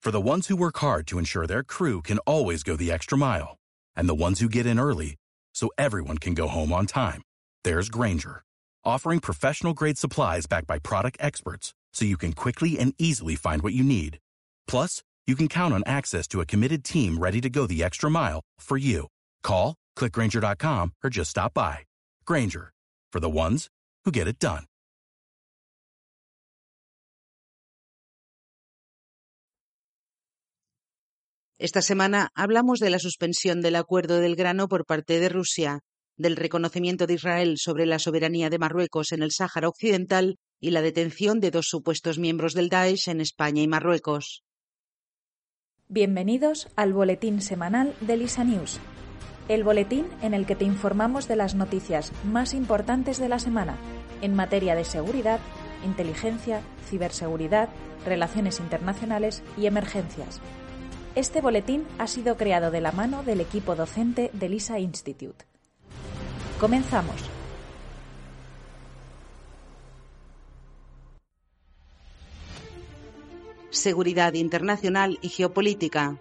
For the ones who work hard to ensure their crew can always go the extra mile, and the ones who get in early so everyone can go home on time, there's Grainger, offering professional-grade supplies backed by product experts so you can quickly and easily find what you need. Plus, you can count on access to a committed team ready to go the extra mile for you. Call, click Grainger.com, or just stop by. Grainger, for the ones who get it done. Esta semana hablamos de la suspensión del acuerdo del grano por parte de Rusia, del reconocimiento de Israel sobre la soberanía de Marruecos en el Sáhara Occidental y la detención de 2 supuestos miembros del Daesh en España y Marruecos. Bienvenidos al boletín semanal de Lisa News, el boletín en el que te informamos de las noticias más importantes de la semana en materia de seguridad, inteligencia, ciberseguridad, relaciones internacionales y emergencias. Este boletín ha sido creado de la mano del equipo docente del Lisa Institute. Comenzamos. Seguridad internacional y geopolítica.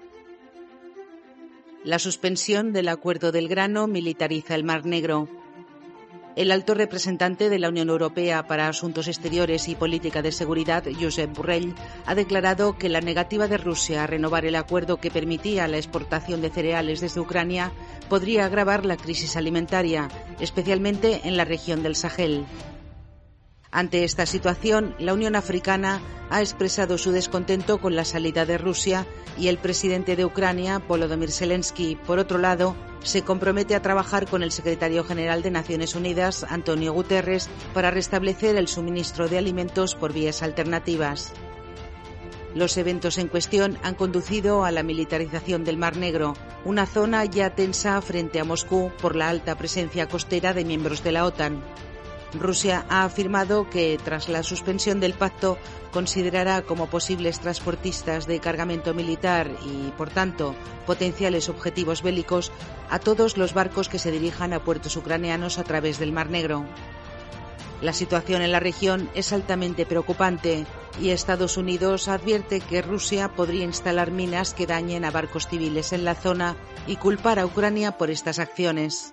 La suspensión del acuerdo del grano militariza el Mar Negro. El alto representante de la Unión Europea para Asuntos Exteriores y Política de Seguridad, Josep Borrell, ha declarado que la negativa de Rusia a renovar el acuerdo que permitía la exportación de cereales desde Ucrania podría agravar la crisis alimentaria, especialmente en la región del Sahel. Ante esta situación, la Unión Africana ha expresado su descontento con la salida de Rusia y el presidente de Ucrania, Volodymyr Zelensky, por otro lado, se compromete a trabajar con el secretario general de Naciones Unidas, Antonio Guterres, para restablecer el suministro de alimentos por vías alternativas. Los eventos en cuestión han conducido a la militarización del Mar Negro, una zona ya tensa frente a Moscú por la alta presencia costera de miembros de la OTAN. Rusia ha afirmado que, tras la suspensión del pacto, considerará como posibles transportistas de cargamento militar y, por tanto, potenciales objetivos bélicos a todos los barcos que se dirijan a puertos ucranianos a través del Mar Negro. La situación en la región es altamente preocupante y Estados Unidos advierte que Rusia podría instalar minas que dañen a barcos civiles en la zona y culpar a Ucrania por estas acciones.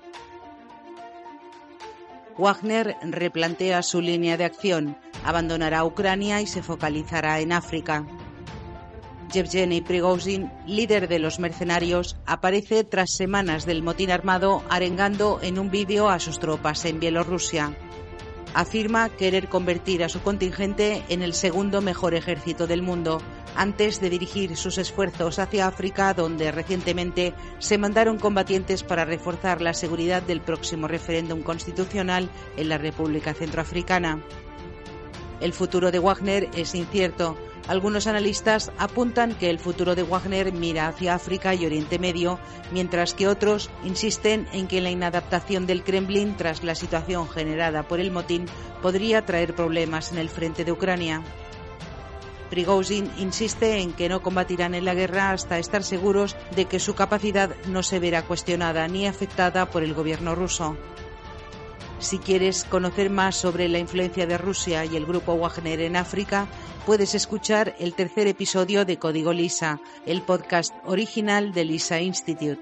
Wagner replantea su línea de acción, abandonará Ucrania y se focalizará en África. Yevgeny Prigozhin, líder de los mercenarios, aparece tras semanas del motín armado arengando en un vídeo a sus tropas en Bielorrusia. Afirma querer convertir a su contingente en el segundo mejor ejército del mundo, antes de dirigir sus esfuerzos hacia África, donde recientemente se mandaron combatientes para reforzar la seguridad del próximo referéndum constitucional en la República Centroafricana. El futuro de Wagner es incierto. Algunos analistas apuntan que el futuro de Wagner mira hacia África y Oriente Medio, mientras que otros insisten en que la inadaptación del Kremlin tras la situación generada por el motín podría traer problemas en el frente de Ucrania. Prigozhin insiste en que no combatirán en la guerra hasta estar seguros de que su capacidad no se verá cuestionada ni afectada por el gobierno ruso. Si quieres conocer más sobre la influencia de Rusia y el grupo Wagner en África, puedes escuchar el 3er episodio de Código Lisa, el podcast original de Lisa Institute.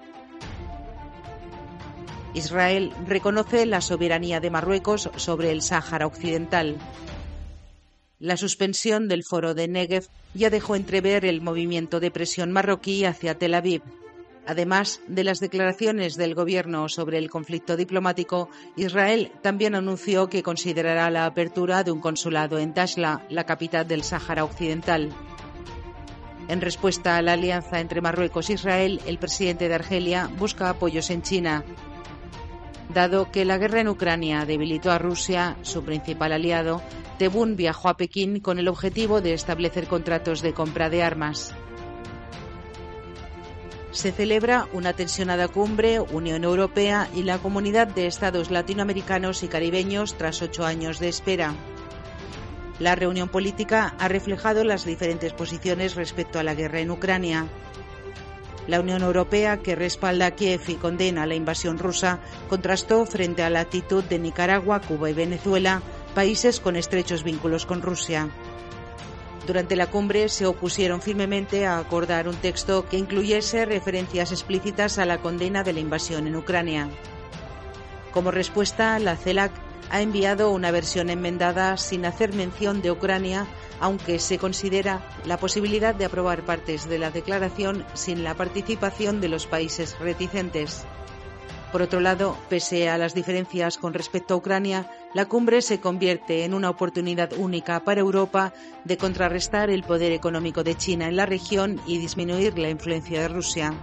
Israel reconoce la soberanía de Marruecos sobre el Sáhara Occidental. La suspensión del foro de Negev ya dejó entrever el movimiento de presión marroquí hacia Tel Aviv. Además de las declaraciones del gobierno sobre el conflicto diplomático, Israel también anunció que considerará la apertura de un consulado en Dakhla, la capital del Sáhara Occidental. En respuesta a la alianza entre Marruecos e Israel, el presidente de Argelia busca apoyos en China. Dado que la guerra en Ucrania debilitó a Rusia, su principal aliado, Tebboune viajó a Pekín con el objetivo de establecer contratos de compra de armas. Se celebra una tensionada cumbre Unión Europea y la Comunidad de Estados Latinoamericanos y Caribeños tras 8 años de espera. La reunión política ha reflejado las diferentes posiciones respecto a la guerra en Ucrania. La Unión Europea, que respalda a Kiev y condena la invasión rusa, contrastó frente a la actitud de Nicaragua, Cuba y Venezuela, países con estrechos vínculos con Rusia. Durante la cumbre se opusieron firmemente a acordar un texto que incluyese referencias explícitas a la condena de la invasión en Ucrania. Como respuesta, la CELAC ha enviado una versión enmendada sin hacer mención de Ucrania, aunque se considera la posibilidad de aprobar partes de la declaración sin la participación de los países reticentes. Por otro lado, pese a las diferencias con respecto a Ucrania, la cumbre se convierte en una oportunidad única para Europa de contrarrestar el poder económico de China en la región y disminuir la influencia de Rusia.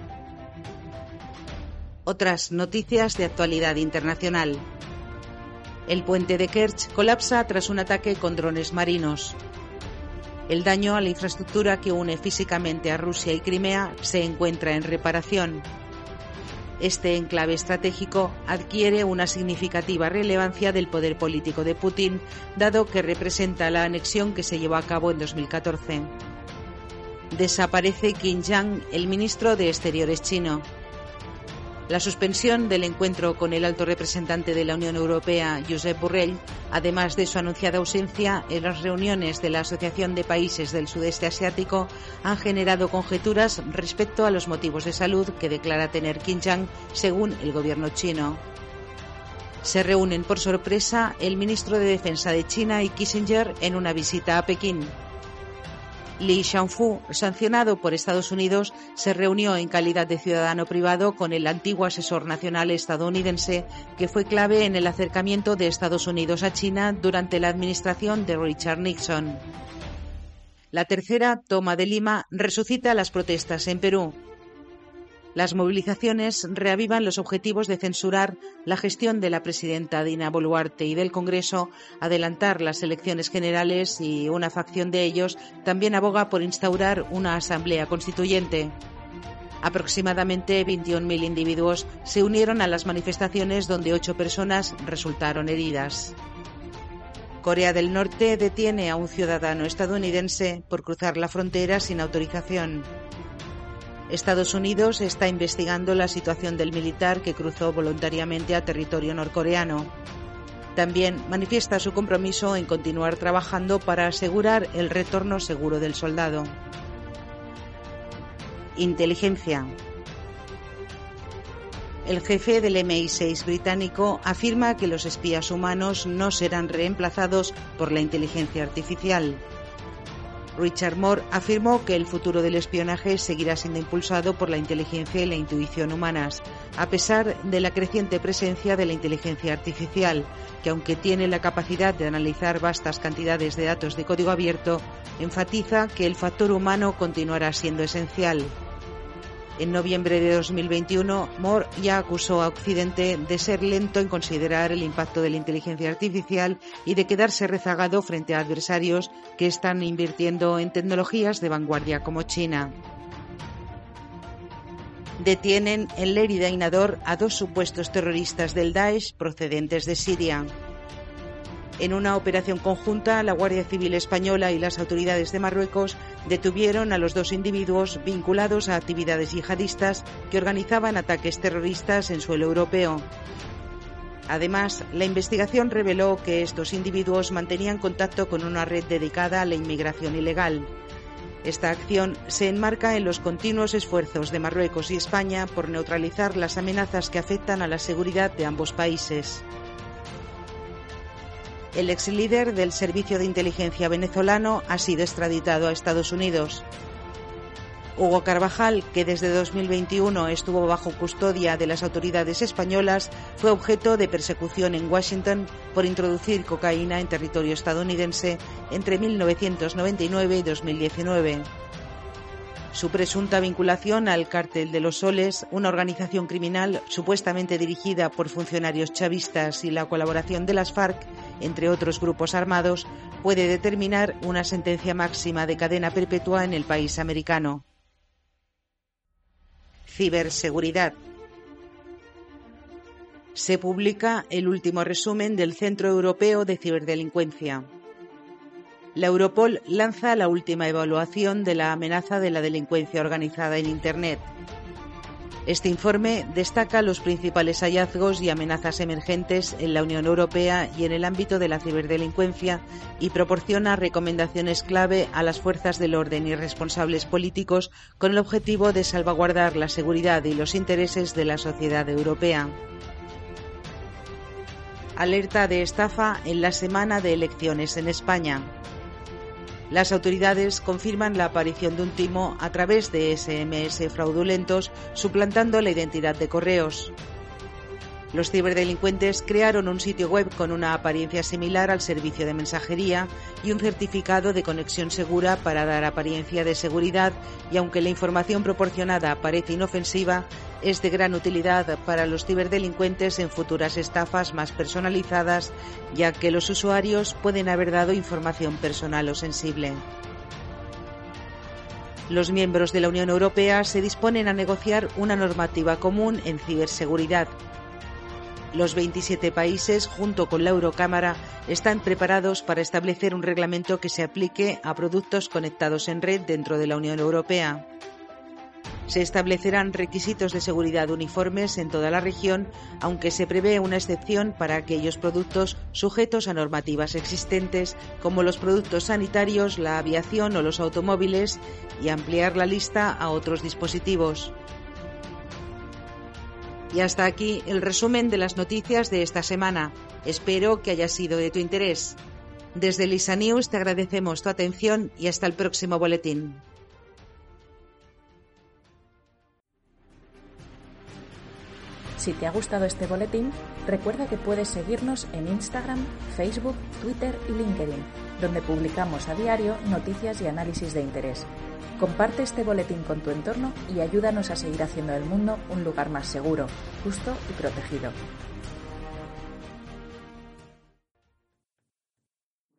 Otras noticias de actualidad internacional. El puente de Kerch colapsa tras un ataque con drones marinos. El daño a la infraestructura que une físicamente a Rusia y Crimea se encuentra en reparación. Este enclave estratégico adquiere una significativa relevancia del poder político de Putin, dado que representa la anexión que se llevó a cabo en 2014. Desaparece Qin Gang, el ministro de Exteriores chino. La suspensión del encuentro con el alto representante de la Unión Europea, Josep Borrell, además de su anunciada ausencia en las reuniones de la Asociación de Países del Sudeste Asiático, han generado conjeturas respecto a los motivos de salud que declara tener Qin Gang, según el gobierno chino. Se reúnen por sorpresa el ministro de Defensa de China y Kissinger en una visita a Pekín. Li Shangfu, sancionado por Estados Unidos, se reunió en calidad de ciudadano privado con el antiguo asesor nacional estadounidense, que fue clave en el acercamiento de Estados Unidos a China durante la administración de Richard Nixon. La tercera toma de Lima resucita las protestas en Perú. Las movilizaciones reavivan los objetivos de censurar la gestión de la presidenta Dina Boluarte y del Congreso, adelantar las elecciones generales, y una facción de ellos también aboga por instaurar una asamblea constituyente. Aproximadamente 21.000 individuos se unieron a las manifestaciones, donde 8 personas resultaron heridas. Corea del Norte detiene a un ciudadano estadounidense por cruzar la frontera sin autorización. Estados Unidos está investigando la situación del militar que cruzó voluntariamente a territorio norcoreano. También manifiesta su compromiso en continuar trabajando para asegurar el retorno seguro del soldado. Inteligencia. El jefe del MI6 británico afirma que los espías humanos no serán reemplazados por la inteligencia artificial. Richard Moore afirmó que el futuro del espionaje seguirá siendo impulsado por la inteligencia y la intuición humanas, a pesar de la creciente presencia de la inteligencia artificial, que aunque tiene la capacidad de analizar vastas cantidades de datos de código abierto, enfatiza que el factor humano continuará siendo esencial. En noviembre de 2021, Moore ya acusó a Occidente de ser lento en considerar el impacto de la inteligencia artificial y de quedarse rezagado frente a adversarios que están invirtiendo en tecnologías de vanguardia como China. Detienen en Lérida y Nador a 2 supuestos terroristas del Daesh procedentes de Siria. En una operación conjunta, la Guardia Civil Española y las autoridades de Marruecos detuvieron a los 2 individuos vinculados a actividades yihadistas que organizaban ataques terroristas en suelo europeo. Además, la investigación reveló que estos individuos mantenían contacto con una red dedicada a la inmigración ilegal. Esta acción se enmarca en los continuos esfuerzos de Marruecos y España por neutralizar las amenazas que afectan a la seguridad de ambos países. El ex líder del Servicio de Inteligencia venezolano ha sido extraditado a Estados Unidos. Hugo Carvajal, que desde 2021 estuvo bajo custodia de las autoridades españolas, fue objeto de persecución en Washington por introducir cocaína en territorio estadounidense entre 1999 y 2019. Su presunta vinculación al Cártel de los Soles, una organización criminal supuestamente dirigida por funcionarios chavistas, y la colaboración de las FARC, entre otros grupos armados, puede determinar una sentencia máxima de cadena perpetua en el país americano. Ciberseguridad. Se publica el último resumen del Centro Europeo de Ciberdelincuencia. La Europol lanza la última evaluación de la amenaza de la delincuencia organizada en Internet. Este informe destaca los principales hallazgos y amenazas emergentes en la Unión Europea y en el ámbito de la ciberdelincuencia y proporciona recomendaciones clave a las fuerzas del orden y responsables políticos con el objetivo de salvaguardar la seguridad y los intereses de la sociedad europea. Alerta de estafa en la semana de elecciones en España. Las autoridades confirman la aparición de un timo a través de SMS fraudulentos, suplantando la identidad de correos. Los ciberdelincuentes crearon un sitio web con una apariencia similar al servicio de mensajería y un certificado de conexión segura para dar apariencia de seguridad, y aunque la información proporcionada parece inofensiva, es de gran utilidad para los ciberdelincuentes en futuras estafas más personalizadas, ya que los usuarios pueden haber dado información personal o sensible. Los miembros de la Unión Europea se disponen a negociar una normativa común en ciberseguridad. Los 27 países, junto con la Eurocámara, están preparados para establecer un reglamento que se aplique a productos conectados en red dentro de la Unión Europea. Se establecerán requisitos de seguridad uniformes en toda la región, aunque se prevé una excepción para aquellos productos sujetos a normativas existentes, como los productos sanitarios, la aviación o los automóviles, y ampliar la lista a otros dispositivos. Y hasta aquí el resumen de las noticias de esta semana. Espero que haya sido de tu interés. Desde LISA News te agradecemos tu atención y hasta el próximo boletín. Si te ha gustado este boletín, recuerda que puedes seguirnos en Instagram, Facebook, Twitter y LinkedIn, donde publicamos a diario noticias y análisis de interés. Comparte este boletín con tu entorno y ayúdanos a seguir haciendo del mundo un lugar más seguro, justo y protegido.